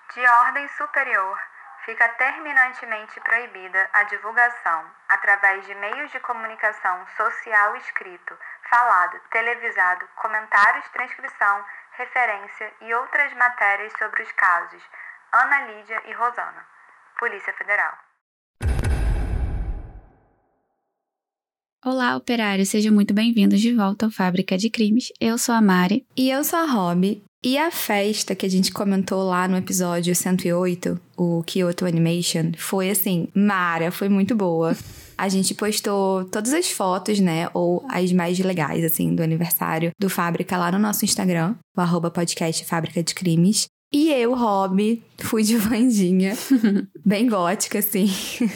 De ordem superior, fica terminantemente proibida a divulgação, através de meios de comunicação social escrito, falado, televisado, comentários, transcrição, referência e outras matérias sobre os casos Ana Lídia e Rosana. Polícia Federal. Olá, operários, sejam muito bem-vindos de volta ao Fábrica de Crimes. Eu sou a Mari. E eu sou a Rob. E a festa que a gente comentou lá no episódio 108, o Kyoto Animation, foi assim, mara, foi muito boa. A gente postou todas as fotos, né, ou as mais legais, assim, do aniversário do Fábrica lá no nosso Instagram, o @podcast Fábrica de Crimes. E eu, Rob, fui de Wandinha, bem gótica, assim.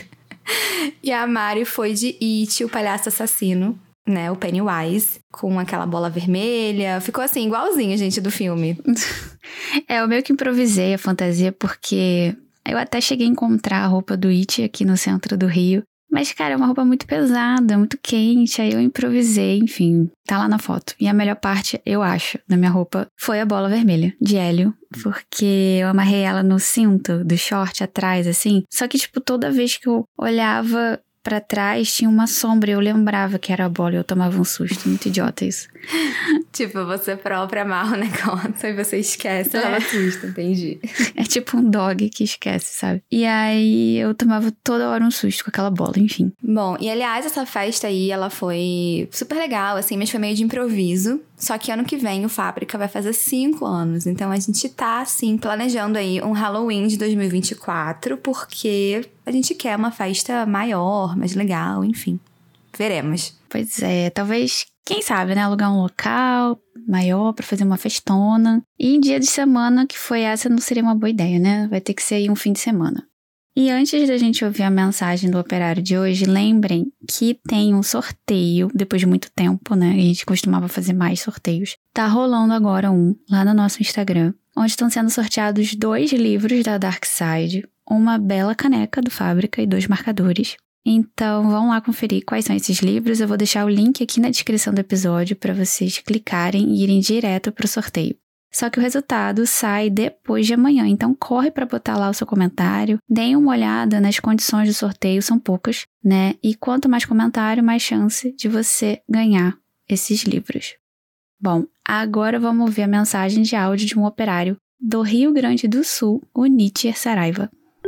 E a Mari foi de It, o palhaço assassino, né, o Pennywise, com aquela bola vermelha. Ficou assim, igualzinho, gente, do filme. Eu meio que improvisei a fantasia, porque eu até cheguei a encontrar a roupa do It aqui no centro do Rio. Mas, cara, é uma roupa muito pesada, muito quente, aí eu improvisei, enfim, tá lá na foto. E a melhor parte, eu acho, da minha roupa, foi a bola vermelha, de hélio, porque eu amarrei ela no cinto do short atrás, assim. Só que, tipo, toda vez que eu olhava pra trás, tinha uma sombra e eu lembrava que era a bola e eu tomava um susto. Muito idiota isso. Tipo, você própria amarra o negócio e você esquece, leva susto, entendi. É tipo um dog que esquece, sabe? E aí eu tomava toda hora um susto com aquela bola, enfim. Bom, e aliás, essa festa aí, ela foi super legal, assim, mas foi meio de improviso. Só que ano que vem o Fábrica vai fazer 5 anos. Então a gente tá, assim, planejando aí um Halloween de 2024, porque a gente quer uma festa maior, mais legal, enfim. Veremos. Pois é, talvez, quem sabe, né? Alugar um local maior pra fazer uma festona. E em dia de semana, que foi essa, não seria uma boa ideia, né? Vai ter que ser aí um fim de semana. E antes da gente ouvir a mensagem do operário de hoje, lembrem que tem um sorteio, depois de muito tempo, né? A gente costumava fazer mais sorteios. Tá rolando agora um, lá no nosso Instagram, onde estão sendo sorteados 2 livros da Dark Side, uma bela caneca do Fábrica e 2 marcadores. Então, vão lá conferir quais são esses livros. Eu vou deixar o link aqui na descrição do episódio para vocês clicarem e irem direto pro sorteio. Só que o resultado sai depois de amanhã, então corre para botar lá o seu comentário, deem uma olhada nas condições do sorteio, são poucas, né? E quanto mais comentário, mais chance de você ganhar esses livros. Bom, agora vamos ouvir a mensagem de áudio de um operário do Rio Grande do Sul, o Nietzsche Saraiva.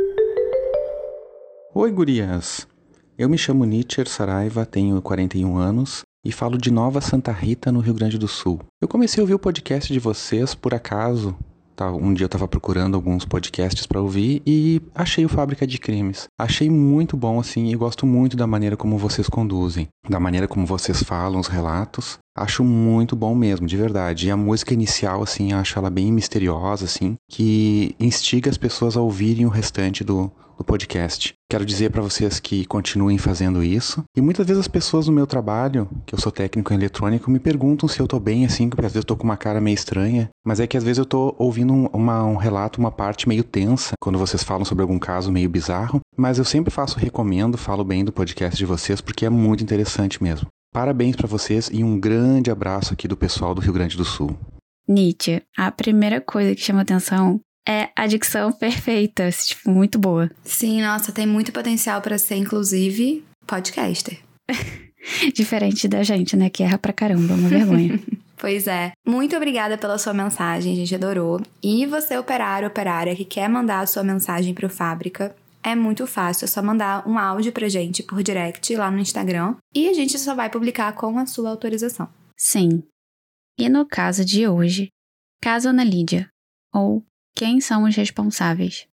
Oi, gurias! Eu me chamo Nietzsche Saraiva, tenho 41 anos e falo de Nova Santa Rita, no Rio Grande do Sul. Eu comecei a ouvir o podcast de vocês por acaso. Um dia eu estava procurando alguns podcasts para ouvir e achei o Fábrica de Crimes. Achei muito bom, assim, e gosto muito da maneira como vocês conduzem, da maneira como vocês falam os relatos. Acho muito bom mesmo, de verdade. E a música inicial, assim, acho ela bem misteriosa, assim, que instiga as pessoas a ouvirem o restante do podcast. Quero dizer para vocês que continuem fazendo isso. E muitas vezes as pessoas no meu trabalho, que eu sou técnico em eletrônico, me perguntam se eu tô bem, assim, porque às vezes eu tô com uma cara meio estranha. Mas é que às vezes eu tô ouvindo um relato, uma parte meio tensa, quando vocês falam sobre algum caso meio bizarro. Mas eu sempre recomendo, falo bem do podcast de vocês, porque é muito interessante mesmo. Parabéns para vocês e um grande abraço aqui do pessoal do Rio Grande do Sul. Nietzsche, a primeira coisa que chama atenção é a dicção perfeita, tipo, muito boa. Sim, nossa, tem muito potencial para ser, inclusive, podcaster. Diferente da gente, né, que erra pra caramba, uma vergonha. Pois é. Muito obrigada pela sua mensagem, a gente adorou. E você, operário, operária, que quer mandar a sua mensagem pro Fábrica, é muito fácil, é só mandar um áudio pra gente por direct lá no Instagram e a gente só vai publicar com a sua autorização. Sim. E no caso de hoje, caso Ana Lídia, ou quem são os responsáveis?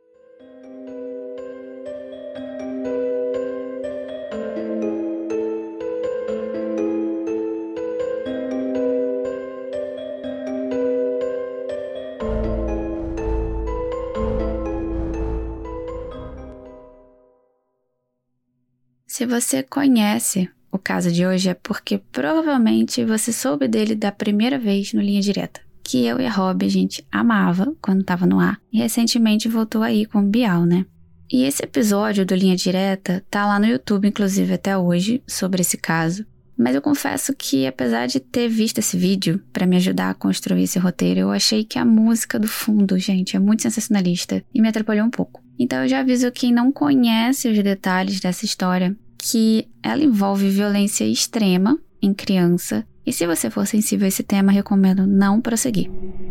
Se você conhece o caso de hoje é porque provavelmente você soube dele da primeira vez no Linha Direta, que eu e a Rob a gente amava quando tava no ar e recentemente voltou aí com o Bial, né? E esse episódio do Linha Direta tá lá no YouTube, inclusive até hoje, sobre esse caso. Mas eu confesso que, apesar de ter visto esse vídeo para me ajudar a construir esse roteiro, eu achei que a música do fundo, gente, é muito sensacionalista e me atrapalhou um pouco. Então eu já aviso quem não conhece os detalhes dessa história que ela envolve violência extrema em criança, e se você for sensível a esse tema, recomendo não prosseguir.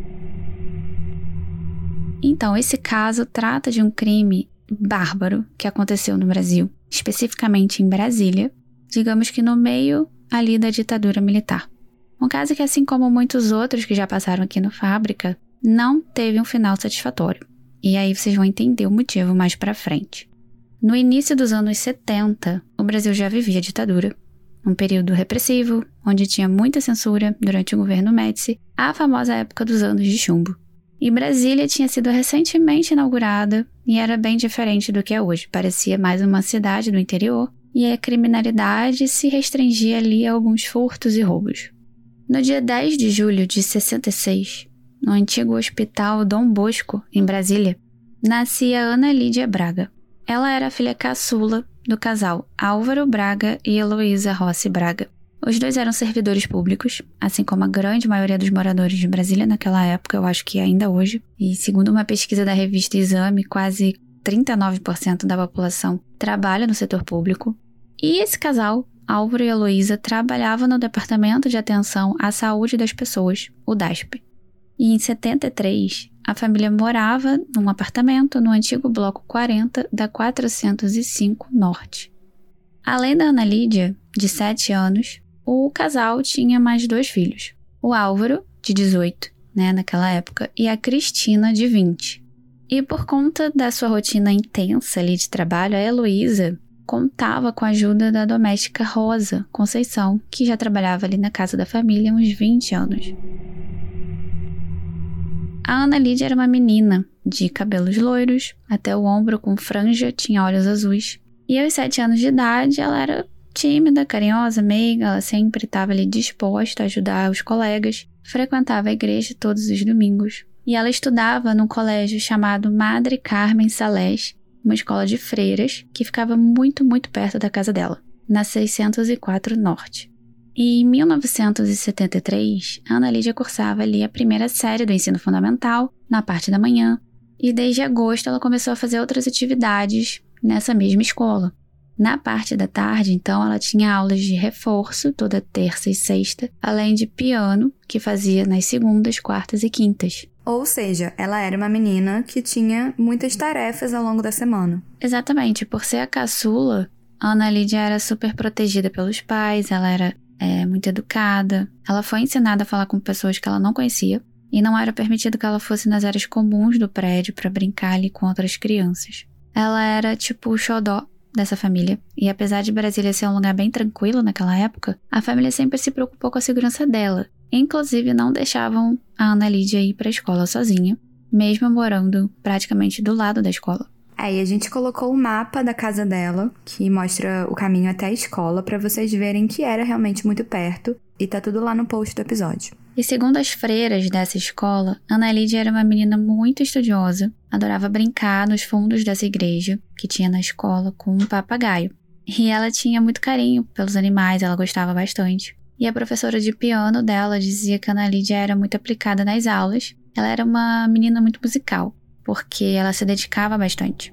Então, esse caso trata de um crime bárbaro que aconteceu no Brasil, especificamente em Brasília, digamos que no meio ali da ditadura militar. Um caso que, assim como muitos outros que já passaram aqui no Fábrica, não teve um final satisfatório. E aí vocês vão entender o motivo mais pra frente. No início dos anos 70, o Brasil já vivia ditadura, um período repressivo, onde tinha muita censura durante o governo Médici, a famosa época dos anos de chumbo. E Brasília tinha sido recentemente inaugurada e era bem diferente do que é hoje. Parecia mais uma cidade do interior e a criminalidade se restringia ali a alguns furtos e roubos. No dia 10 de julho de 66, no antigo Hospital Dom Bosco, em Brasília, nascia Ana Lídia Braga. Ela era a filha caçula do casal Álvaro Braga e Heloísa Rossi Braga. Os dois eram servidores públicos, assim como a grande maioria dos moradores de Brasília naquela época, eu acho que ainda hoje. E segundo uma pesquisa da revista Exame, quase 39% da população trabalha no setor público. E esse casal, Álvaro e Heloísa, trabalhavam no Departamento de Atenção à Saúde das Pessoas, o DASP. E em 73, a família morava num apartamento no antigo Bloco 40 da 405 Norte. Além da Ana Lídia, de 7 anos, o casal tinha mais 2 filhos. O Álvaro, de 18, naquela época, e a Cristina, de 20. E por conta da sua rotina intensa ali de trabalho, a Heloísa contava com a ajuda da doméstica Rosa Conceição, que já trabalhava ali na casa da família há uns 20 anos. A Ana Lídia era uma menina de cabelos loiros, até o ombro com franja, tinha olhos azuis. E aos 7 anos de idade, ela era tímida, carinhosa, meiga, ela sempre estava ali disposta a ajudar os colegas, frequentava a igreja todos os domingos. E ela estudava num colégio chamado Madre Carmen Salés, uma escola de freiras que ficava muito, muito perto da casa dela, na 604 Norte. E em 1973, a Ana Lídia cursava ali a primeira série do ensino fundamental, na parte da manhã, e desde agosto ela começou a fazer outras atividades nessa mesma escola. Na parte da tarde, então, ela tinha aulas de reforço toda terça e sexta, além de piano, que fazia nas segundas, quartas e quintas. Ou seja, ela era uma menina que tinha muitas tarefas ao longo da semana. Exatamente, por ser a caçula, a Ana Lídia era super protegida pelos pais, ela era muito educada, ela foi ensinada a falar com pessoas que ela não conhecia, e não era permitido que ela fosse nas áreas comuns do prédio para brincar ali com outras crianças. Ela era tipo o xodó dessa família, e apesar de Brasília ser um lugar bem tranquilo naquela época, a família sempre se preocupou com a segurança dela. Inclusive, não deixavam a Ana Lídia ir para a escola sozinha, mesmo morando praticamente do lado da escola. E a gente colocou o mapa da casa dela, que mostra o caminho até a escola, para vocês verem que era realmente muito perto, e tá tudo lá no post do episódio. E segundo as freiras dessa escola, Ana Lídia era uma menina muito estudiosa, adorava brincar nos fundos dessa igreja, que tinha na escola, com um papagaio. E ela tinha muito carinho pelos animais, ela gostava bastante. E a professora de piano dela dizia que a Ana Lídia era muito aplicada nas aulas. Ela era uma menina muito musical, porque ela se dedicava bastante.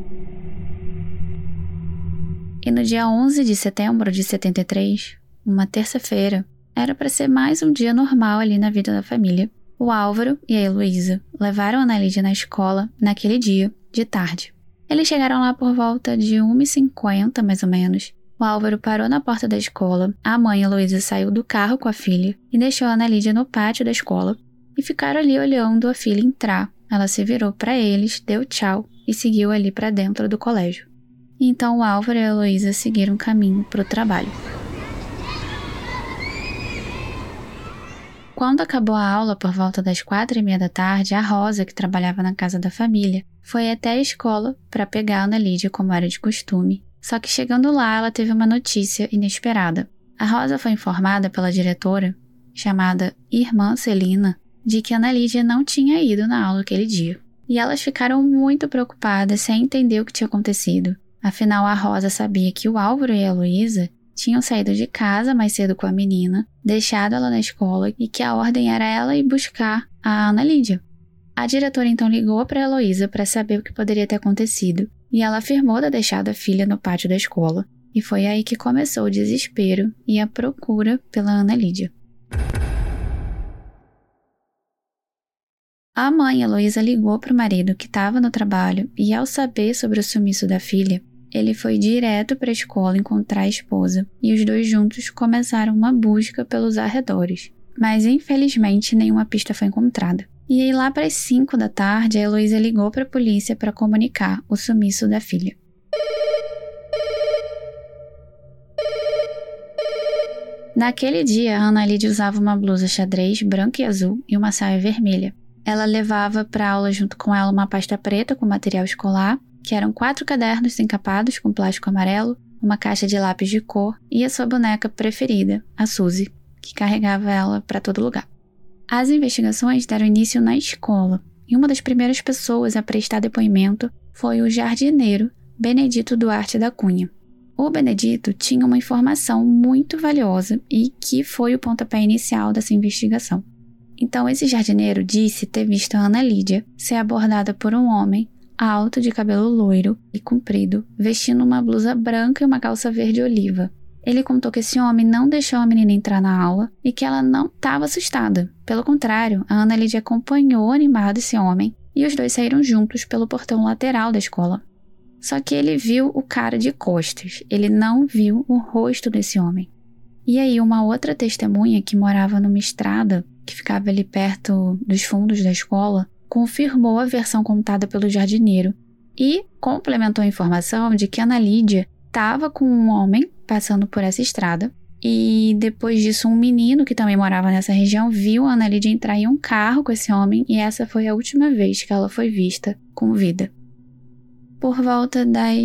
E no dia 11 de setembro de 73, uma terça-feira, era para ser mais um dia normal ali na vida da família. O Álvaro e a Heloísa levaram a Ana Lídia na escola naquele dia, de tarde. Eles chegaram lá por volta de 1h50, mais ou menos. O Álvaro parou na porta da escola, a mãe Heloísa saiu do carro com a filha e deixou a Ana Lídia no pátio da escola e ficaram ali olhando a filha entrar. Ela se virou para eles, deu tchau e seguiu ali para dentro do colégio. Então o Álvaro e a Heloísa seguiram caminho para o trabalho. Quando acabou a aula por volta das 4h30 da tarde, a Rosa, que trabalhava na casa da família, foi até a escola para pegar a Ana Lídia como era de costume. Só que chegando lá, ela teve uma notícia inesperada. A Rosa foi informada pela diretora, chamada Irmã Celina, de que a Ana Lídia não tinha ido na aula aquele dia. E elas ficaram muito preocupadas sem entender o que tinha acontecido. Afinal, a Rosa sabia que o Álvaro e a Heloísa tinham saído de casa mais cedo com a menina, deixado ela na escola e que a ordem era ela ir buscar a Ana Lídia. A diretora então ligou para Heloísa para saber o que poderia ter acontecido e ela afirmou ter deixado a filha no pátio da escola. E foi aí que começou o desespero e a procura pela Ana Lídia. A mãe, Heloísa, ligou para o marido que estava no trabalho e, ao saber sobre o sumiço da filha, ele foi direto para a escola encontrar a esposa e os dois juntos começaram uma busca pelos arredores. Mas, infelizmente, nenhuma pista foi encontrada. E aí, lá para as 5 da tarde, a Heloísa ligou para a polícia para comunicar o sumiço da filha. Naquele dia, a Ana Lídia usava uma blusa xadrez branca e azul e uma saia vermelha. Ela levava para aula junto com ela uma pasta preta com material escolar, que eram 4 cadernos encapados com plástico amarelo, uma caixa de lápis de cor e a sua boneca preferida, a Suzy, que carregava ela para todo lugar. As investigações deram início na escola, e uma das primeiras pessoas a prestar depoimento foi o jardineiro Benedito Duarte da Cunha. O Benedito tinha uma informação muito valiosa e que foi o pontapé inicial dessa investigação. Então, esse jardineiro disse ter visto a Ana Lídia ser abordada por um homem alto, de cabelo loiro e comprido, vestindo uma blusa branca e uma calça verde oliva. Ele contou que esse homem não deixou a menina entrar na aula e que ela não estava assustada. Pelo contrário, a Ana Lídia acompanhou animada esse homem e os dois saíram juntos pelo portão lateral da escola. Só que ele viu o cara de costas, ele não viu o rosto desse homem. E aí uma outra testemunha que morava numa estrada, que ficava ali perto dos fundos da escola, confirmou a versão contada pelo jardineiro e complementou a informação de que a Ana Lídia estava com um homem passando por essa estrada e depois disso um menino que também morava nessa região viu a Ana Lídia entrar em um carro com esse homem e essa foi a última vez que ela foi vista com vida. Por volta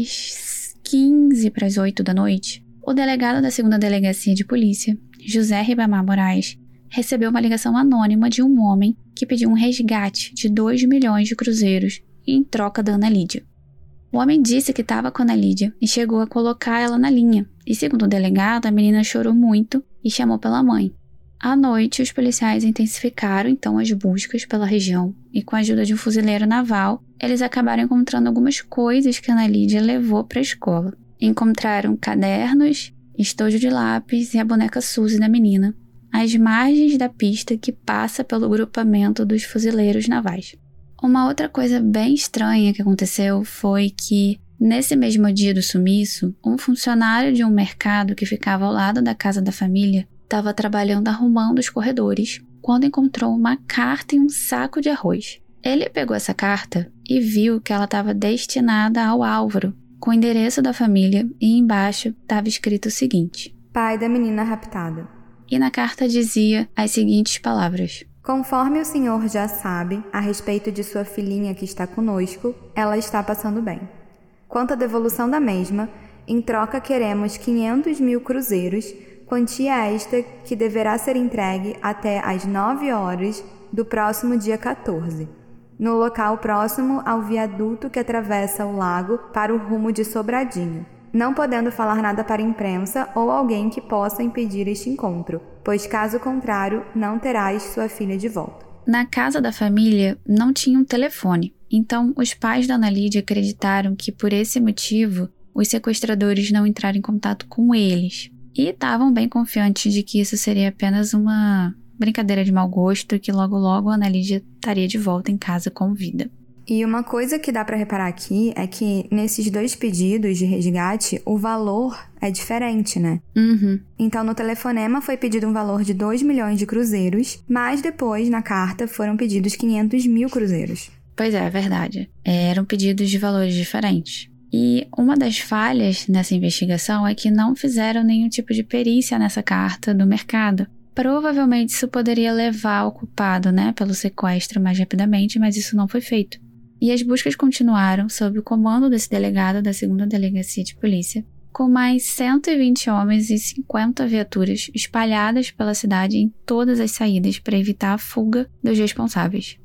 das 15 para as 8 da noite, o delegado da 2ª Delegacia de Polícia, José Ribamar Moraes, recebeu uma ligação anônima de um homem que pediu um resgate de 2 milhões de cruzeiros em troca da Ana Lídia. O homem disse que estava com a Ana Lídia e chegou a colocar ela na linha, e segundo o delegado, a menina chorou muito e chamou pela mãe. À noite, os policiais intensificaram então as buscas pela região e com a ajuda de um fuzileiro naval, eles acabaram encontrando algumas coisas que a Ana Lídia levou para a escola. Encontraram cadernos, estojo de lápis e a boneca Suzy da menina, às margens da pista que passa pelo grupamento dos fuzileiros navais. Uma outra coisa bem estranha que aconteceu foi que, nesse mesmo dia do sumiço, um funcionário de um mercado que ficava ao lado da casa da família estava trabalhando arrumando os corredores quando encontrou uma carta e um saco de arroz. Ele pegou essa carta e viu que ela estava destinada ao Álvaro, com o endereço da família e embaixo estava escrito o seguinte: pai da menina raptada. E na carta dizia as seguintes palavras: conforme o senhor já sabe, a respeito de sua filhinha que está conosco, ela está passando bem. Quanto à devolução da mesma, em troca queremos 500 mil cruzeiros, quantia esta que deverá ser entregue até às 9 horas do próximo dia 14, no local próximo ao viaduto que atravessa o lago para o rumo de Sobradinho, não podendo falar nada para a imprensa ou alguém que possa impedir este encontro, pois caso contrário não terás sua filha de volta. Na casa da família não tinha um telefone, então os pais da Ana Lídia acreditaram que por esse motivo os sequestradores não entraram em contato com eles e estavam bem confiantes de que isso seria apenas uma brincadeira de mau gosto e que logo logo a Ana Lídia estaria de volta em casa com vida. E uma coisa que dá para reparar aqui é que nesses 2 pedidos de resgate, o valor é diferente, né? Uhum. Então, no telefonema foi pedido um valor de 2 milhões de cruzeiros, mas depois, na carta, foram pedidos 500 mil cruzeiros. Pois é verdade. Eram pedidos de valores diferentes. E uma das falhas nessa investigação é que não fizeram nenhum tipo de perícia nessa carta do mercado. Provavelmente isso poderia levar o culpado, pelo sequestro mais rapidamente, mas isso não foi feito. E as buscas continuaram sob o comando desse delegado da 2ª Delegacia de Polícia, com mais 120 homens e 50 viaturas espalhadas pela cidade em todas as saídas para evitar a fuga dos responsáveis.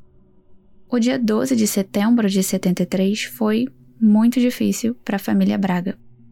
O dia 12 de setembro de 73 foi muito difícil para a família Braga.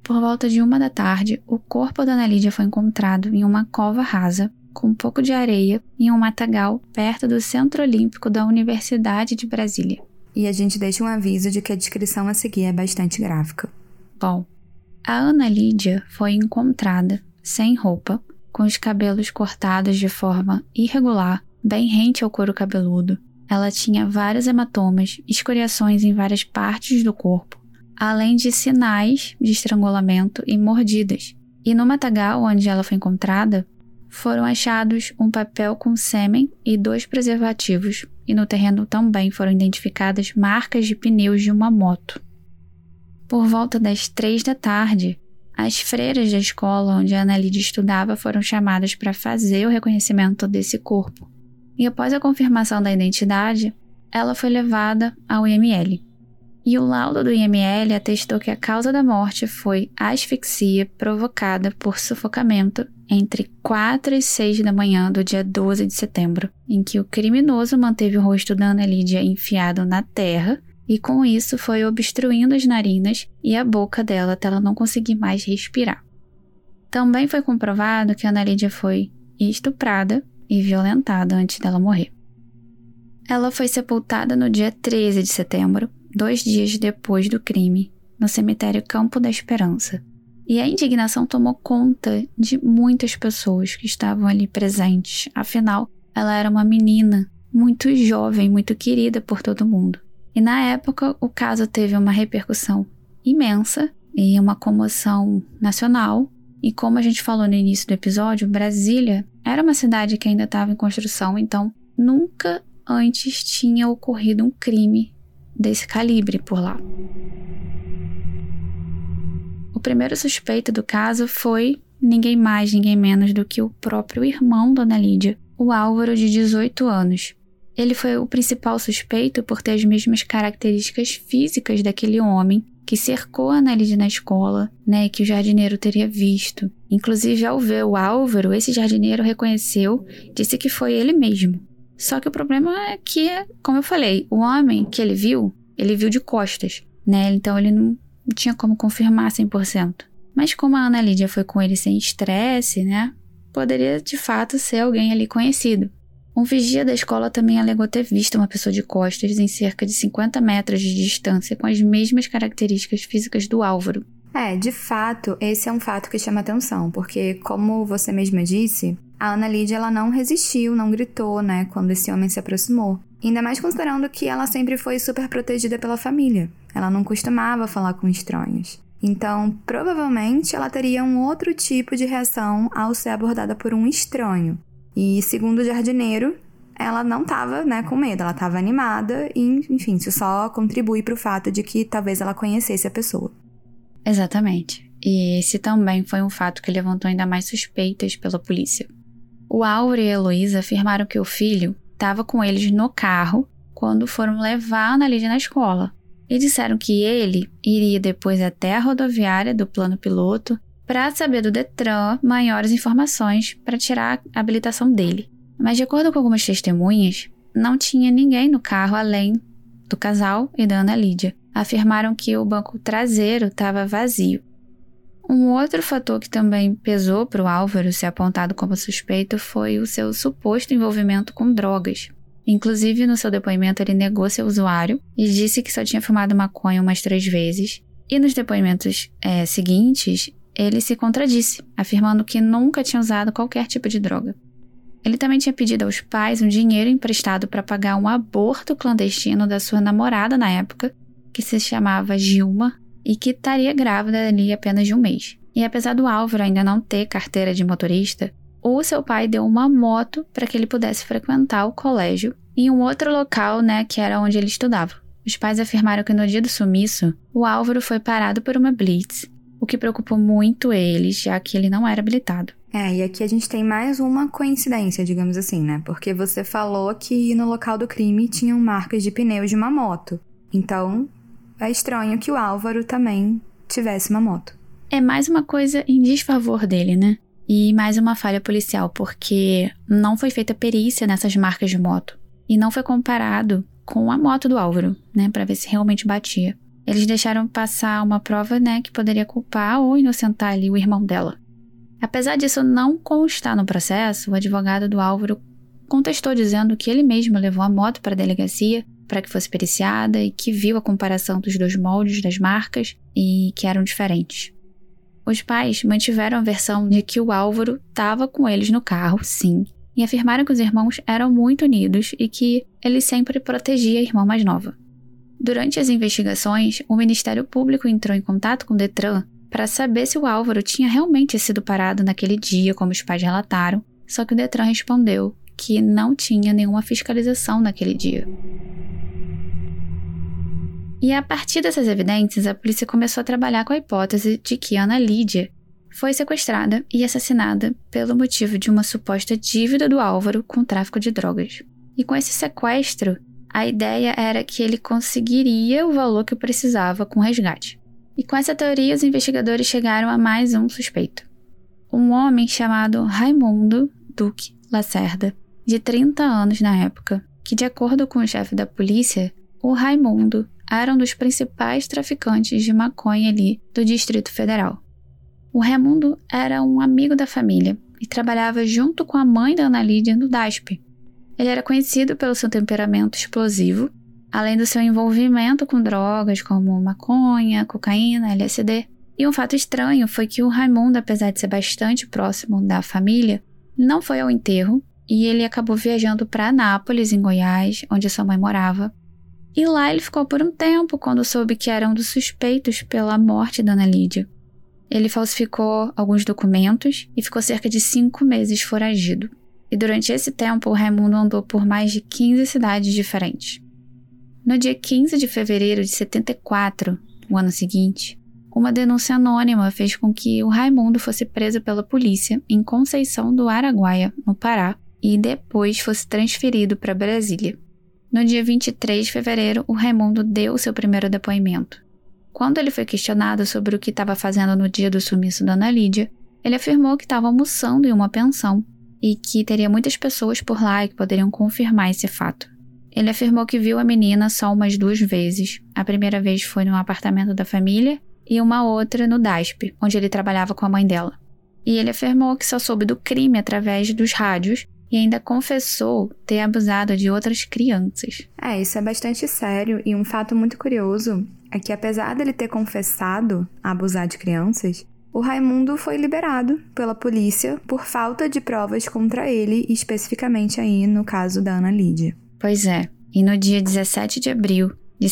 por volta de 1 da tarde, o corpo da Ana Lídia foi encontrado em uma cova rasa, com um pouco de areia, em um matagal perto do Centro Olímpico da Universidade de Brasília. E a gente deixa um aviso de que a descrição a seguir é bastante gráfica. Bom, a Ana Lídia foi encontrada sem roupa, com os cabelos cortados de forma irregular, bem rente ao couro cabeludo. Ela tinha vários hematomas, escoriações em várias partes do corpo, além de sinais de estrangulamento e mordidas. E no matagal onde ela foi encontrada, foram achados um papel com sêmen e 2 preservativos, e no terreno também foram identificadas marcas de pneus de uma moto. Por volta das 3 da tarde, as freiras da escola onde a Ana Lídia estudava foram chamadas para fazer o reconhecimento desse corpo. E após a confirmação da identidade, ela foi levada ao IML. E o laudo do IML atestou que a causa da morte foi asfixia provocada por sufocamento entre 4 e 6 da manhã do dia 12 de setembro, em que o criminoso manteve o rosto da Ana Lídia enfiado na terra e com isso foi obstruindo as narinas e a boca dela até ela não conseguir mais respirar. Também foi comprovado que a Ana Lídia foi estuprada e violentada antes dela morrer. Ela foi sepultada no dia 13 de setembro, 2 dias depois do crime, no cemitério Campo da Esperança. E a indignação tomou conta de muitas pessoas que estavam ali presentes. Afinal, ela era uma menina muito jovem, muito querida por todo mundo. E na época, o caso teve uma repercussão imensa e uma comoção nacional. E como a gente falou no início do episódio, Brasília era uma cidade que ainda estava em construção, então nunca antes tinha ocorrido um crime desse calibre por lá. O primeiro suspeito do caso foi ninguém mais, ninguém menos do que o próprio irmão da Ana Lídia, o Álvaro, de 18 anos. Ele foi o principal suspeito por ter as mesmas características físicas daquele homem que cercou a Ana Lídia na escola, né, que o jardineiro teria visto. Inclusive, ao ver o Álvaro, esse jardineiro reconheceu, disse que foi ele mesmo. Só que o problema é que, como eu falei, o homem que ele viu de costas, né, então ele não tinha como confirmar 100%. Mas como a Ana Lídia foi com ele sem estresse, né, poderia de fato ser alguém ali conhecido. Um vigia da escola também alegou ter visto uma pessoa de costas em cerca de 50 metros de distância com as mesmas características físicas do Álvaro. De fato, esse é um fato que chama atenção, porque, como você mesma disse, a Ana Lídia ela não resistiu, não gritou, né, quando esse homem se aproximou. Ainda mais considerando que ela sempre foi super protegida pela família. Ela não costumava falar com estranhos. Então, provavelmente, ela teria um outro tipo de reação ao ser abordada por um estranho. E, segundo o jardineiro, ela não estava, né, com medo, ela estava animada e, enfim, isso só contribui para o fato de que talvez ela conhecesse a pessoa. Exatamente. E esse também foi um fato que levantou ainda mais suspeitas pela polícia. O Álvaro e a Heloísa afirmaram que o filho estava com eles no carro quando foram levar a Ana Lídia na escola. E disseram que ele iria depois até a rodoviária do plano piloto para saber do Detran maiores informações para tirar a habilitação dele. Mas de acordo com algumas testemunhas, não tinha ninguém no carro além do casal e da Ana Lídia. Afirmaram que o banco traseiro estava vazio. Um outro fator que também pesou para o Álvaro ser apontado como suspeito foi o seu suposto envolvimento com drogas. Inclusive, no seu depoimento, ele negou ser usuário e disse que só tinha fumado maconha umas 3 vezes. E nos depoimentos seguintes, ele se contradisse, afirmando que nunca tinha usado qualquer tipo de droga. Ele também tinha pedido aos pais um dinheiro emprestado para pagar um aborto clandestino da sua namorada na época, que se chamava Gilma, e que estaria grávida ali apenas de 1 mês. E apesar do Álvaro ainda não ter carteira de motorista, o seu pai deu uma moto para que ele pudesse frequentar o colégio em um outro local, né, que era onde ele estudava. Os pais afirmaram que no dia do sumiço, o Álvaro foi parado por uma blitz, o que preocupou muito eles, já que ele não era habilitado. E aqui a gente tem mais uma coincidência, digamos assim, né? Porque você falou que no local do crime tinham marcas de pneus de uma moto. Então, é estranho que o Álvaro também tivesse uma moto. É mais uma coisa em desfavor dele, né? E mais uma falha policial, porque não foi feita perícia nessas marcas de moto. E não foi comparado com a moto do Álvaro, né? Pra ver se realmente batia. eles deixaram passar uma prova, que poderia culpar ou inocentar ali o irmão dela. Apesar disso não constar no processo, o advogado do Álvaro contestou dizendo que ele mesmo levou a moto para a delegacia para que fosse periciada e que viu a comparação dos dois moldes das marcas e que eram diferentes. Os pais mantiveram a versão de que o Álvaro estava com eles no carro, sim, e afirmaram que os irmãos eram muito unidos e que ele sempre protegia a irmã mais nova. Durante as investigações, o Ministério Público entrou em contato com o Detran para saber se o Álvaro tinha realmente sido parado naquele dia, como os pais relataram, só que o Detran respondeu que não tinha nenhuma fiscalização naquele dia. E a partir dessas evidências, a polícia começou a trabalhar com a hipótese de que Ana Lídia foi sequestrada e assassinada pelo motivo de uma suposta dívida do Álvaro com o tráfico de drogas. E com esse sequestro, a ideia era que ele conseguiria o valor que precisava com o resgate. E com essa teoria, os investigadores chegaram a mais um suspeito. Um homem chamado Raimundo Duque Lacerda, de 30 anos na época, que, de acordo com o chefe da polícia, o Raimundo era um dos principais traficantes de maconha ali do Distrito Federal. O Raimundo era um amigo da família e trabalhava junto com a mãe da Ana Lídia no DASP. Ele era conhecido pelo seu temperamento explosivo, além do seu envolvimento com drogas como maconha, cocaína, LSD. E um fato estranho foi que o Raimundo, apesar de ser bastante próximo da família, não foi ao enterro e ele acabou viajando para Anápolis, em Goiás, onde sua mãe morava. E lá ele ficou por um tempo quando soube que era um dos suspeitos pela morte da Ana Lídia. Ele falsificou alguns documentos e ficou cerca de 5 meses foragido. E durante esse tempo, o Raimundo andou por mais de 15 cidades diferentes. No dia 15 de fevereiro de 74, o ano seguinte, uma denúncia anônima fez com que o Raimundo fosse preso pela polícia em Conceição do Araguaia, no Pará, e depois fosse transferido para Brasília. No dia 23 de fevereiro, o Raimundo deu seu primeiro depoimento. Quando ele foi questionado sobre o que estava fazendo no dia do sumiço da Ana Lídia, ele afirmou que estava almoçando em uma pensão e que teria muitas pessoas por lá e que poderiam confirmar esse fato. Ele afirmou que viu a menina só umas 2 vezes. A primeira vez foi no apartamento da família e uma outra no DASP, onde ele trabalhava com a mãe dela. E ele afirmou que só soube do crime através dos rádios e ainda confessou ter abusado de outras crianças. Isso é bastante sério, e um fato muito curioso é que, apesar dele ter confessado abusar de crianças, o Raimundo foi liberado pela polícia por falta de provas contra ele, especificamente aí no caso da Ana Lídia. Pois é, e no dia 17 de abril de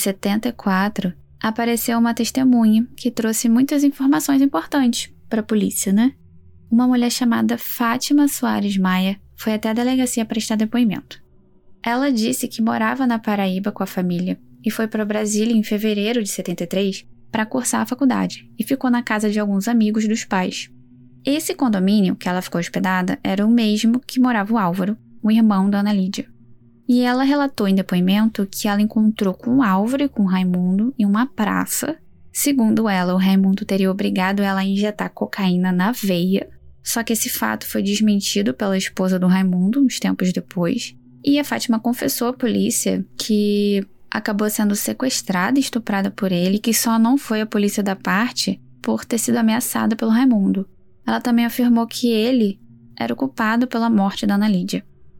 74, apareceu uma testemunha que trouxe muitas informações importantes para a polícia, né? Uma mulher chamada Fátima Soares Maia foi até a delegacia prestar depoimento. Ela disse que morava na Paraíba com a família e foi para Brasília em fevereiro de 73 para cursar a faculdade e ficou na casa de alguns amigos dos pais. Esse condomínio que ela ficou hospedada era o mesmo que morava o Álvaro, o irmão da Ana Lídia. E ela relatou em depoimento que ela encontrou com o Álvaro e com o Raimundo em uma praça. Segundo ela, o Raimundo teria obrigado ela a injetar cocaína na veia. Só que esse fato foi desmentido pela esposa do Raimundo uns tempos depois. E a Fátima confessou à polícia que acabou sendo sequestrada e estuprada por ele, que só não foi a polícia da parte por ter sido ameaçada pelo Raimundo. Ela também afirmou que ele era o culpado pela morte da Ana Lídia.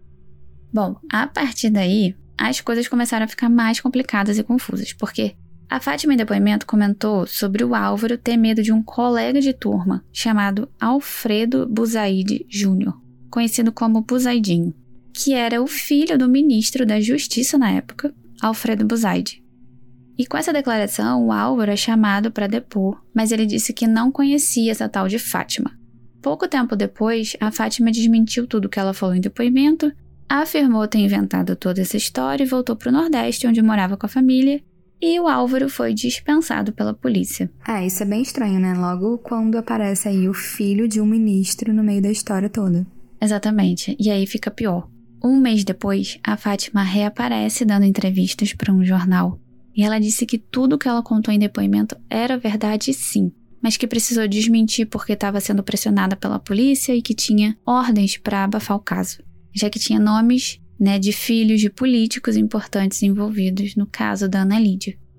Bom, a partir daí, as coisas começaram a ficar mais complicadas e confusas, porque a Fátima em depoimento comentou sobre o Álvaro ter medo de um colega de turma chamado Alfredo Buzaide Júnior, conhecido como Buzaidinho, que era o filho do ministro da Justiça na época, Alfredo Buzaide. E com essa declaração, o Álvaro é chamado para depor, mas ele disse que não conhecia essa tal de Fátima. Pouco tempo depois, a Fátima desmentiu tudo que ela falou em depoimento, afirmou ter inventado toda essa história e voltou para o Nordeste, onde morava com a família, e o Álvaro foi dispensado pela polícia. Isso é bem estranho, né? Logo quando aparece aí o filho de um ministro no meio da história toda. Exatamente, e aí fica pior. 1 mês depois, a Fátima reaparece dando entrevistas para um jornal, e ela disse que tudo que ela contou em depoimento era verdade sim, mas que precisou desmentir porque estava sendo pressionada pela polícia e que tinha ordens para abafar o caso, já que tinha nomes de filhos de políticos importantes envolvidos no caso da Ana Lídia.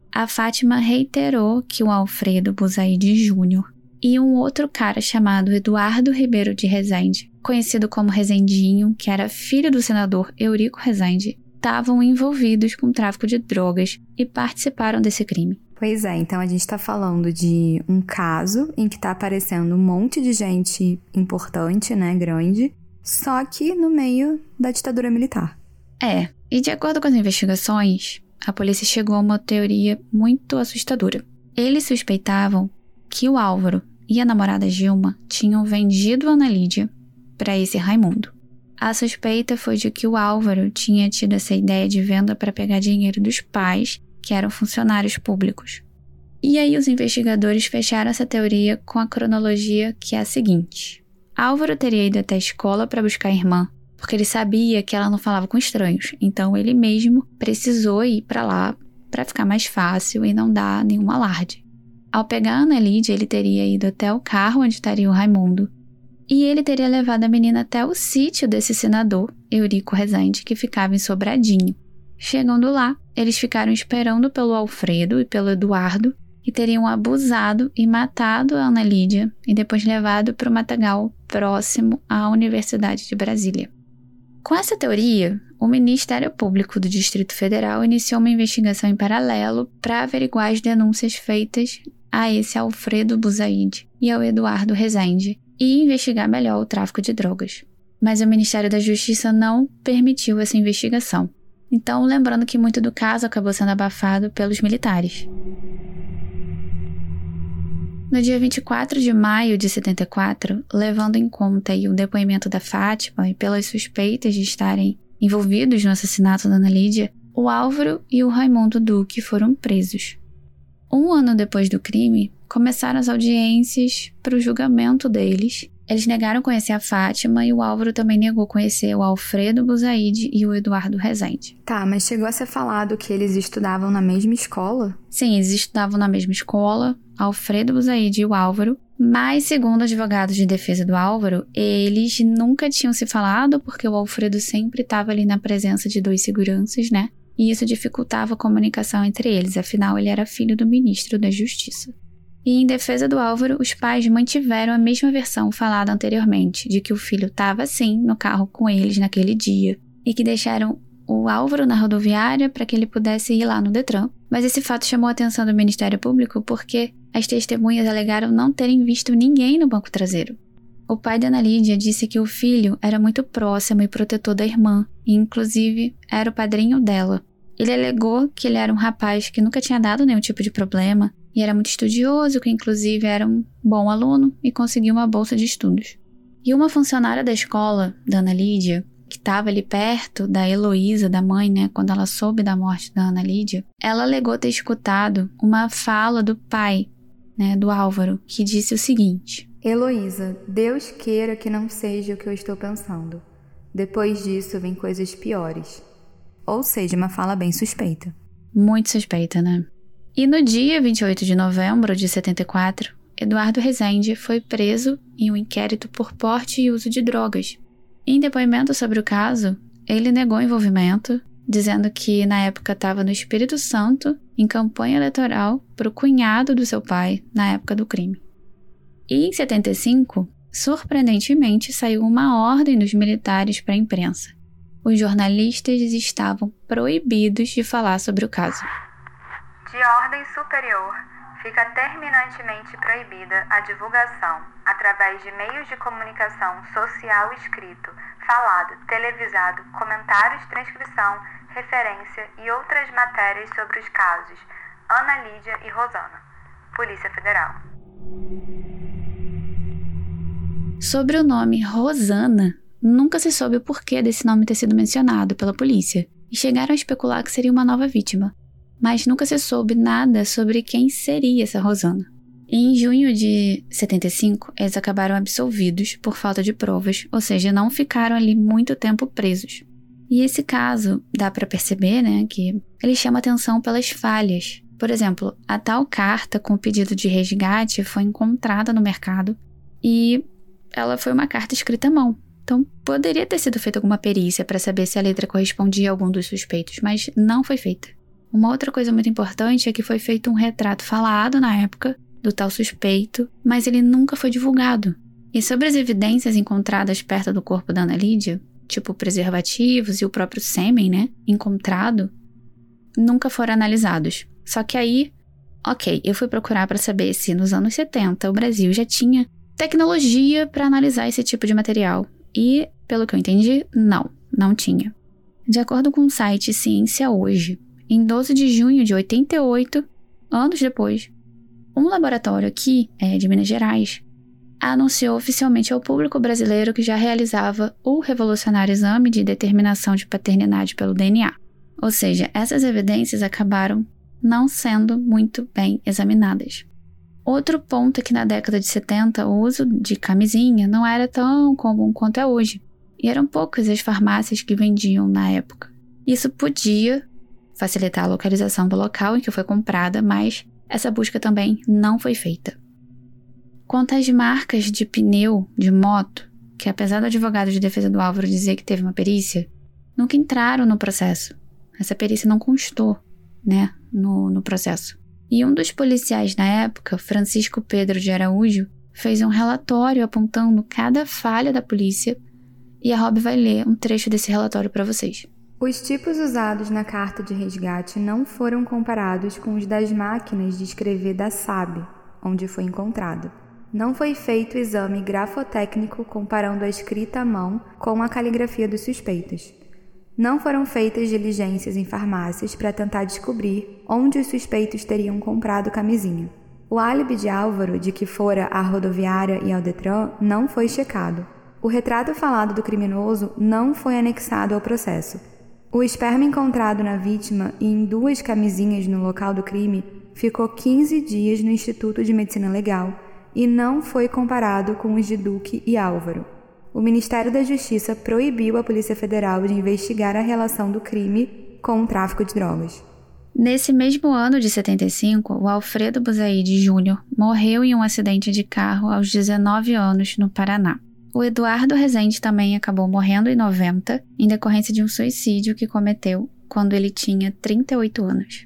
a Fátima reiterou que o Alfredo Buzaide Júnior e um outro cara chamado Eduardo Ribeiro de Rezende, conhecido como Rezendinho, que era filho do senador Eurico Rezende, estavam envolvidos com tráfico de drogas e participaram desse crime. Pois é, então a gente tá falando de um caso em que tá aparecendo um monte de gente importante, né, grande, só que no meio da ditadura militar. E de acordo com as investigações, a polícia chegou a uma teoria muito assustadora. Eles suspeitavam que o Álvaro e a namorada Gilma tinham vendido a Ana Lídia para esse Raimundo. A suspeita foi de que o Álvaro tinha tido essa ideia de venda para pegar dinheiro dos pais, que eram funcionários públicos. E aí os investigadores fecharam essa teoria com a cronologia que é a seguinte. Álvaro teria ido até a escola para buscar a irmã, porque ele sabia que ela não falava com estranhos, então ele mesmo precisou ir para lá para ficar mais fácil e não dar nenhum alarde. Ao pegar a Ana Lídia, ele teria ido até o carro onde estaria o Raimundo, e ele teria levado a menina até o sítio desse senador, Eurico Rezende, que ficava em Sobradinho. Chegando lá, eles ficaram esperando pelo Alfredo e pelo Eduardo, e teriam abusado e matado a Ana Lídia e depois levado para o matagal próximo à Universidade de Brasília. Com essa teoria, o Ministério Público do Distrito Federal iniciou uma investigação em paralelo para averiguar as denúncias feitas a esse Alfredo Buzaide e ao Eduardo Rezende e investigar melhor o tráfico de drogas. Mas o Ministério da Justiça não permitiu essa investigação. Então, lembrando que muito do caso acabou sendo abafado pelos militares. No dia 24 de maio de 74, levando em conta o depoimento da Fátima e pelas suspeitas de estarem envolvidos no assassinato da Ana Lídia, o Álvaro e o Raimundo Duque foram presos. Um ano depois do crime, começaram as audiências para o julgamento deles. Eles negaram conhecer a Fátima e o Álvaro também negou conhecer o Alfredo Buzaide e o Eduardo Rezende. Tá, mas chegou a ser falado que eles estudavam na mesma escola? Sim, eles estudavam na mesma escola, Alfredo Buzaide e o Álvaro, mas segundo advogados de defesa do Álvaro, eles nunca tinham se falado porque o Alfredo sempre estava ali na presença de 2 seguranças, né? E isso dificultava a comunicação entre eles, afinal ele era filho do ministro da Justiça. E em defesa do Álvaro, os pais mantiveram a mesma versão falada anteriormente, de que o filho estava sim no carro com eles naquele dia, e que deixaram o Álvaro na rodoviária para que ele pudesse ir lá no Detran. Mas esse fato chamou a atenção do Ministério Público porque as testemunhas alegaram não terem visto ninguém no banco traseiro. O pai da Ana Lídia disse que o filho era muito próximo e protetor da irmã, e inclusive era o padrinho dela. Ele alegou que ele era um rapaz que nunca tinha dado nenhum tipo de problema e era muito estudioso, que inclusive era um bom aluno e conseguiu uma bolsa de estudos. E uma funcionária da escola, da Ana Lídia, que estava ali perto da Heloísa, da mãe, né, quando ela soube da morte da Ana Lídia, ela alegou ter escutado uma fala do pai, né, do Álvaro, que disse o seguinte: Heloísa, Deus queira que não seja o que eu estou pensando. Depois disso vem coisas piores. Ou seja, uma fala bem suspeita. Muito suspeita, né? E no dia 28 de novembro de 74, Eduardo Rezende foi preso em um inquérito por porte e uso de drogas. Em depoimento sobre o caso, ele negou envolvimento, dizendo que na época estava no Espírito Santo, em campanha eleitoral, para o cunhado do seu pai, na época do crime. E em 75, surpreendentemente, saiu uma ordem dos militares para a imprensa. Os jornalistas estavam proibidos de falar sobre o caso. De ordem superior, fica terminantemente proibida a divulgação, através de meios de comunicação social escrito, falado, televisado, comentários, transcrição, referência e outras matérias sobre os casos Ana Lídia e Rosana. Polícia Federal. Sobre o nome Rosana, nunca se soube o porquê desse nome ter sido mencionado pela polícia, e chegaram a especular que seria uma nova vítima, mas nunca se soube nada sobre quem seria essa Rosana. E em junho de 75, eles acabaram absolvidos por falta de provas, ou seja, não ficaram ali muito tempo presos. E esse caso, dá para perceber, né, que ele chama atenção pelas falhas. Por exemplo, a tal carta com o pedido de resgate foi encontrada no mercado e ela foi uma carta escrita à mão. Então, poderia ter sido feita alguma perícia para saber se a letra correspondia a algum dos suspeitos, mas não foi feita. Uma outra coisa muito importante é que foi feito um retrato falado na época do tal suspeito, mas ele nunca foi divulgado. E sobre as evidências encontradas perto do corpo da Ana Lídia, tipo preservativos e o próprio sêmen, né, encontrado, nunca foram analisados. Só que aí, eu fui procurar para saber se nos anos 70 o Brasil já tinha tecnologia para analisar esse tipo de material. E, pelo que eu entendi, não tinha. De acordo com o site Ciência Hoje, em 12 de junho de 88, anos depois, um laboratório aqui, de Minas Gerais, anunciou oficialmente ao público brasileiro que já realizava o revolucionário exame de determinação de paternidade pelo DNA. Ou seja, essas evidências acabaram não sendo muito bem examinadas. Outro ponto é que na década de 70 o uso de camisinha não era tão comum quanto é hoje, e eram poucas as farmácias que vendiam na época. Isso podia facilitar a localização do local em que foi comprada, mas essa busca também não foi feita. Quanto às marcas de pneu de moto, que apesar do advogado de defesa do Álvaro dizer que teve uma perícia, nunca entraram no processo. Essa perícia não constou, né, no processo. E um dos policiais na época, Francisco Pedro de Araújo, fez um relatório apontando cada falha da polícia e a Rob vai ler um trecho desse relatório para vocês. Os tipos usados na carta de resgate não foram comparados com os das máquinas de escrever da SAB, onde foi encontrado. Não foi feito exame grafotécnico comparando a escrita à mão com a caligrafia dos suspeitos. Não foram feitas diligências em farmácias para tentar descobrir onde os suspeitos teriam comprado camisinha. O álibi de Álvaro de que fora à rodoviária e ao Detran não foi checado. O retrato falado do criminoso não foi anexado ao processo. O esperma encontrado na vítima e em 2 camisinhas no local do crime ficou 15 dias no Instituto de Medicina Legal e não foi comparado com os de Duque e Álvaro. O Ministério da Justiça proibiu a Polícia Federal de investigar a relação do crime com o tráfico de drogas. Nesse mesmo ano de 75, o Alfredo Buzaide Júnior morreu em um acidente de carro aos 19 anos no Paraná. O Eduardo Rezende também acabou morrendo em 90, em decorrência de um suicídio que cometeu quando ele tinha 38 anos.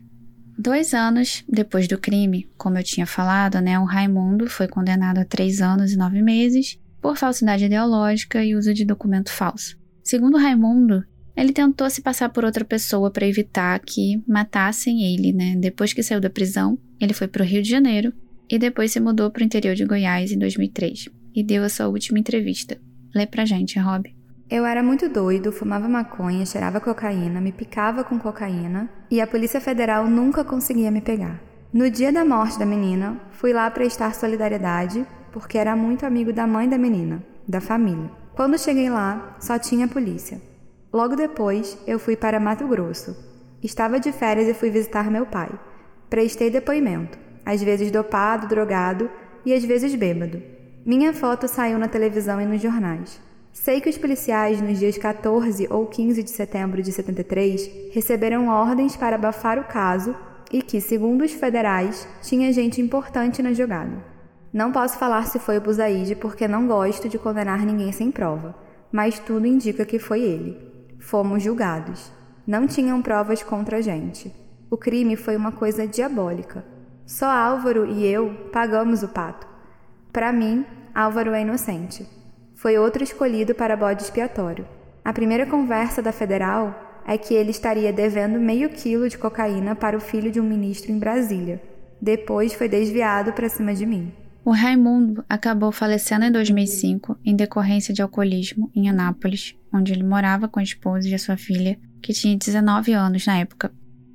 2 anos depois do crime, como eu tinha falado, o Raimundo foi condenado a 3 anos e 9 meses por falsidade ideológica e uso de documento falso. Segundo Raimundo, ele tentou se passar por outra pessoa para evitar que matassem ele, Depois que saiu da prisão, ele foi para o Rio de Janeiro e depois se mudou para o interior de Goiás em 2003 e deu a sua última entrevista. Lê pra gente, Rob. Eu era muito doido, fumava maconha, cheirava cocaína, me picava com cocaína e a Polícia Federal nunca conseguia me pegar. No dia da morte da menina, fui lá prestar solidariedade porque era muito amigo da mãe da menina, da família. Quando cheguei lá, só tinha polícia. Logo depois, eu fui para Mato Grosso. Estava de férias e fui visitar meu pai. Prestei depoimento, às vezes dopado, drogado e às vezes bêbado. Minha foto saiu na televisão e nos jornais. Sei que os policiais, nos dias 14 ou 15 de setembro de 73, receberam ordens para abafar o caso e que, segundo os federais, tinha gente importante na jogada. Não posso falar se foi o Buzaide porque não gosto de condenar ninguém sem prova, mas tudo indica que foi ele. Fomos julgados. Não tinham provas contra a gente. O crime foi uma coisa diabólica. Só Álvaro e eu pagamos o pato. Para mim, Álvaro é inocente. Foi outro escolhido para bode expiatório. A primeira conversa da federal é que ele estaria devendo meio quilo de cocaína para o filho de um ministro em Brasília. Depois foi desviado para cima de mim. O Raimundo acabou falecendo em 2005 em decorrência de alcoolismo em Anápolis, onde ele morava com a esposa e a sua filha, que tinha 19 anos na época.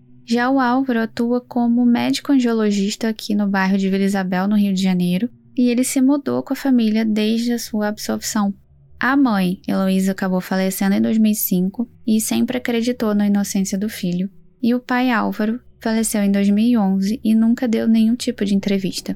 Já o Álvaro atua como médico angiologista aqui no bairro de Vila Isabel, no Rio de Janeiro, e ele se mudou com a família desde a sua absolvição. A mãe, Heloísa, acabou falecendo em 2005 e sempre acreditou na inocência do filho. E o pai, Álvaro, faleceu em 2011 e nunca deu nenhum tipo de entrevista.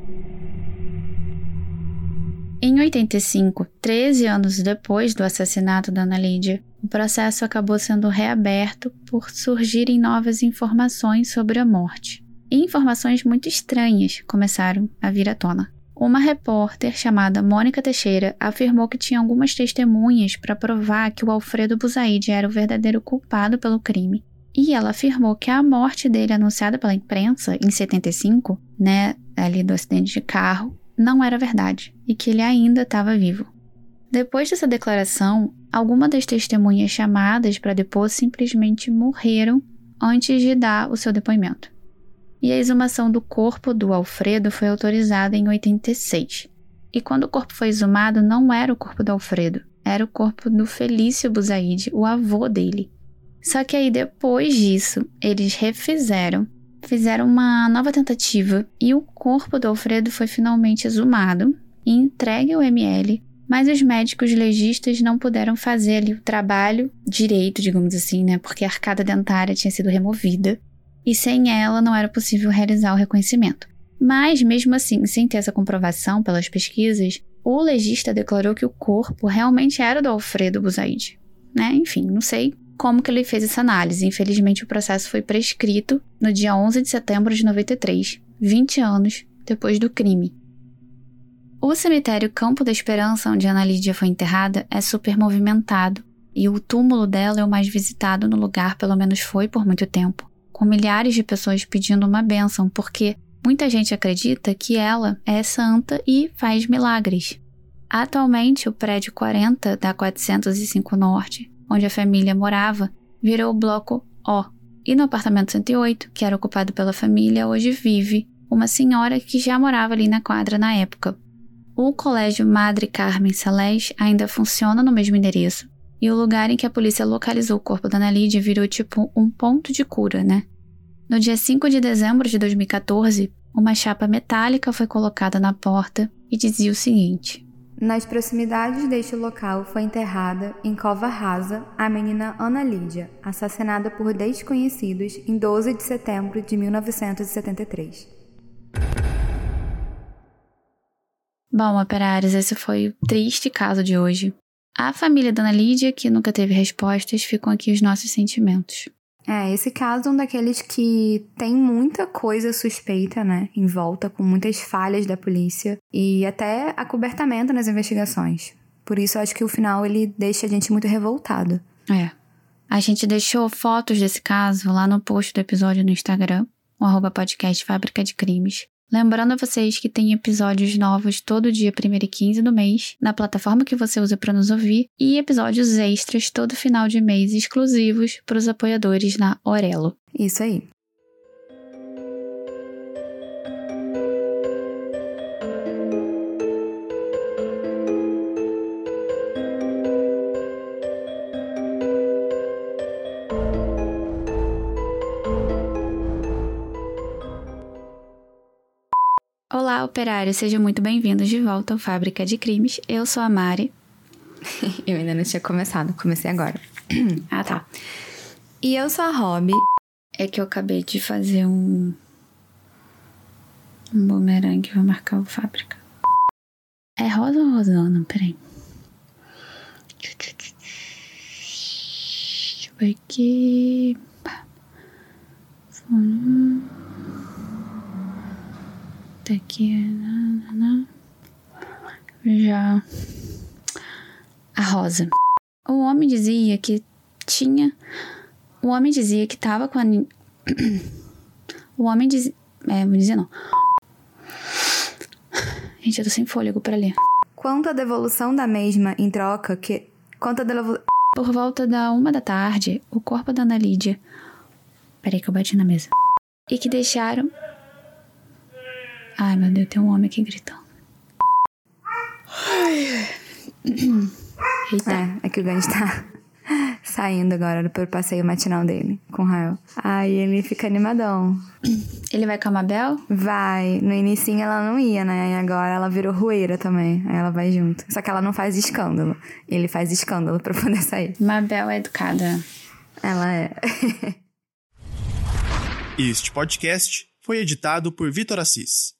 Em 85, 13 anos depois do assassinato da Ana Lídia, o processo acabou sendo reaberto por surgirem novas informações sobre a morte. E informações muito estranhas começaram a vir à tona. Uma repórter chamada Mônica Teixeira afirmou que tinha algumas testemunhas para provar que o Alfredo Buzaide era o verdadeiro culpado pelo crime E ela afirmou que a morte dele anunciada pela imprensa em 75, né, ali do acidente de carro, não era verdade e que ele ainda estava vivo. Depois dessa declaração, algumas das testemunhas chamadas para depor simplesmente morreram antes de dar o seu depoimento. E a exumação do corpo do Alfredo foi autorizada em 86. E quando o corpo foi exumado, não era o corpo do Alfredo, era o corpo do Felício Buzaide, o avô dele. Só que aí depois disso, eles fizeram uma nova tentativa e o corpo do Alfredo foi finalmente exumado e entregue ao ML, mas os médicos legistas não puderam fazer ali o trabalho direito, digamos assim, né? Porque a arcada dentária tinha sido removida e sem ela não era possível realizar o reconhecimento. Mas, mesmo assim, sem ter essa comprovação pelas pesquisas, o legista declarou que o corpo realmente era do Alfredo Buzaide, né? Enfim, não sei como que ele fez essa análise. Infelizmente, o processo foi prescrito no dia 11 de setembro de 93, 20 anos depois do crime. O cemitério Campo da Esperança, onde Ana Lídia foi enterrada, é super movimentado e o túmulo dela é o mais visitado no lugar, pelo menos foi por muito tempo, com milhares de pessoas pedindo uma bênção, porque muita gente acredita que ela é santa e faz milagres. Atualmente, o prédio 40 da 405 Norte, onde a família morava, virou o bloco O. E no apartamento 108, que era ocupado pela família, hoje vive uma senhora que já morava ali na quadra na época. O Colégio Madre Carmen Salés ainda funciona no mesmo endereço, e o lugar em que a polícia localizou o corpo da Ana Lídia virou tipo um ponto de cura, né? No dia 5 de dezembro de 2014, uma chapa metálica foi colocada na porta e dizia o seguinte: nas proximidades deste local foi enterrada, em cova rasa, a menina Ana Lídia, assassinada por desconhecidos em 12 de setembro de 1973. Bom, operários, esse foi o triste caso de hoje. A família da Ana Lídia, que nunca teve respostas, ficam aqui os nossos sentimentos. Esse caso é um daqueles que tem muita coisa suspeita, né, em volta, com muitas falhas da polícia e até acobertamento nas investigações. Por isso, eu acho que o final, ele deixa a gente muito revoltado. A gente deixou fotos desse caso lá no post do episódio no Instagram, o @podcast Fábrica de Crimes. Lembrando a vocês que tem episódios novos todo dia 1º e 15 do mês, na plataforma que você usa para nos ouvir, e episódios extras todo final de mês exclusivos para os apoiadores na Orelo. Isso aí. Olá, operários, sejam muito bem-vindos de volta ao Fábrica de Crimes. Eu sou a Mari. Eu ainda não tinha começado, comecei agora. Tá. E eu sou a Rob. É que eu acabei de fazer um bumerangue, vou marcar o Fábrica. É Rosa ou Rosana? Peraí. Deixa eu ver aqui. Aqui, já a Rosa. O homem dizia que tava com a... O homem dizia... vou dizer não. Gente, eu tô sem fôlego pra ler. Quanto à devolução da mesma em troca que... Por volta da 1 da tarde, o corpo da Ana Lídia... Peraí que eu bati na mesa. E que deixaram... Ai, meu Deus, tem um homem aqui gritando. Eita. É que o Gandhi tá saindo agora pro passeio matinal dele, com o Rael. Aí ele fica animadão. Ele vai com a Mabel? Vai. No inicinho ela não ia, né? E agora ela virou rueira também. Aí ela vai junto. Só que ela não faz escândalo. Ele faz escândalo pra poder sair. Mabel é educada. Ela é. Este podcast foi editado por Vitor Assis.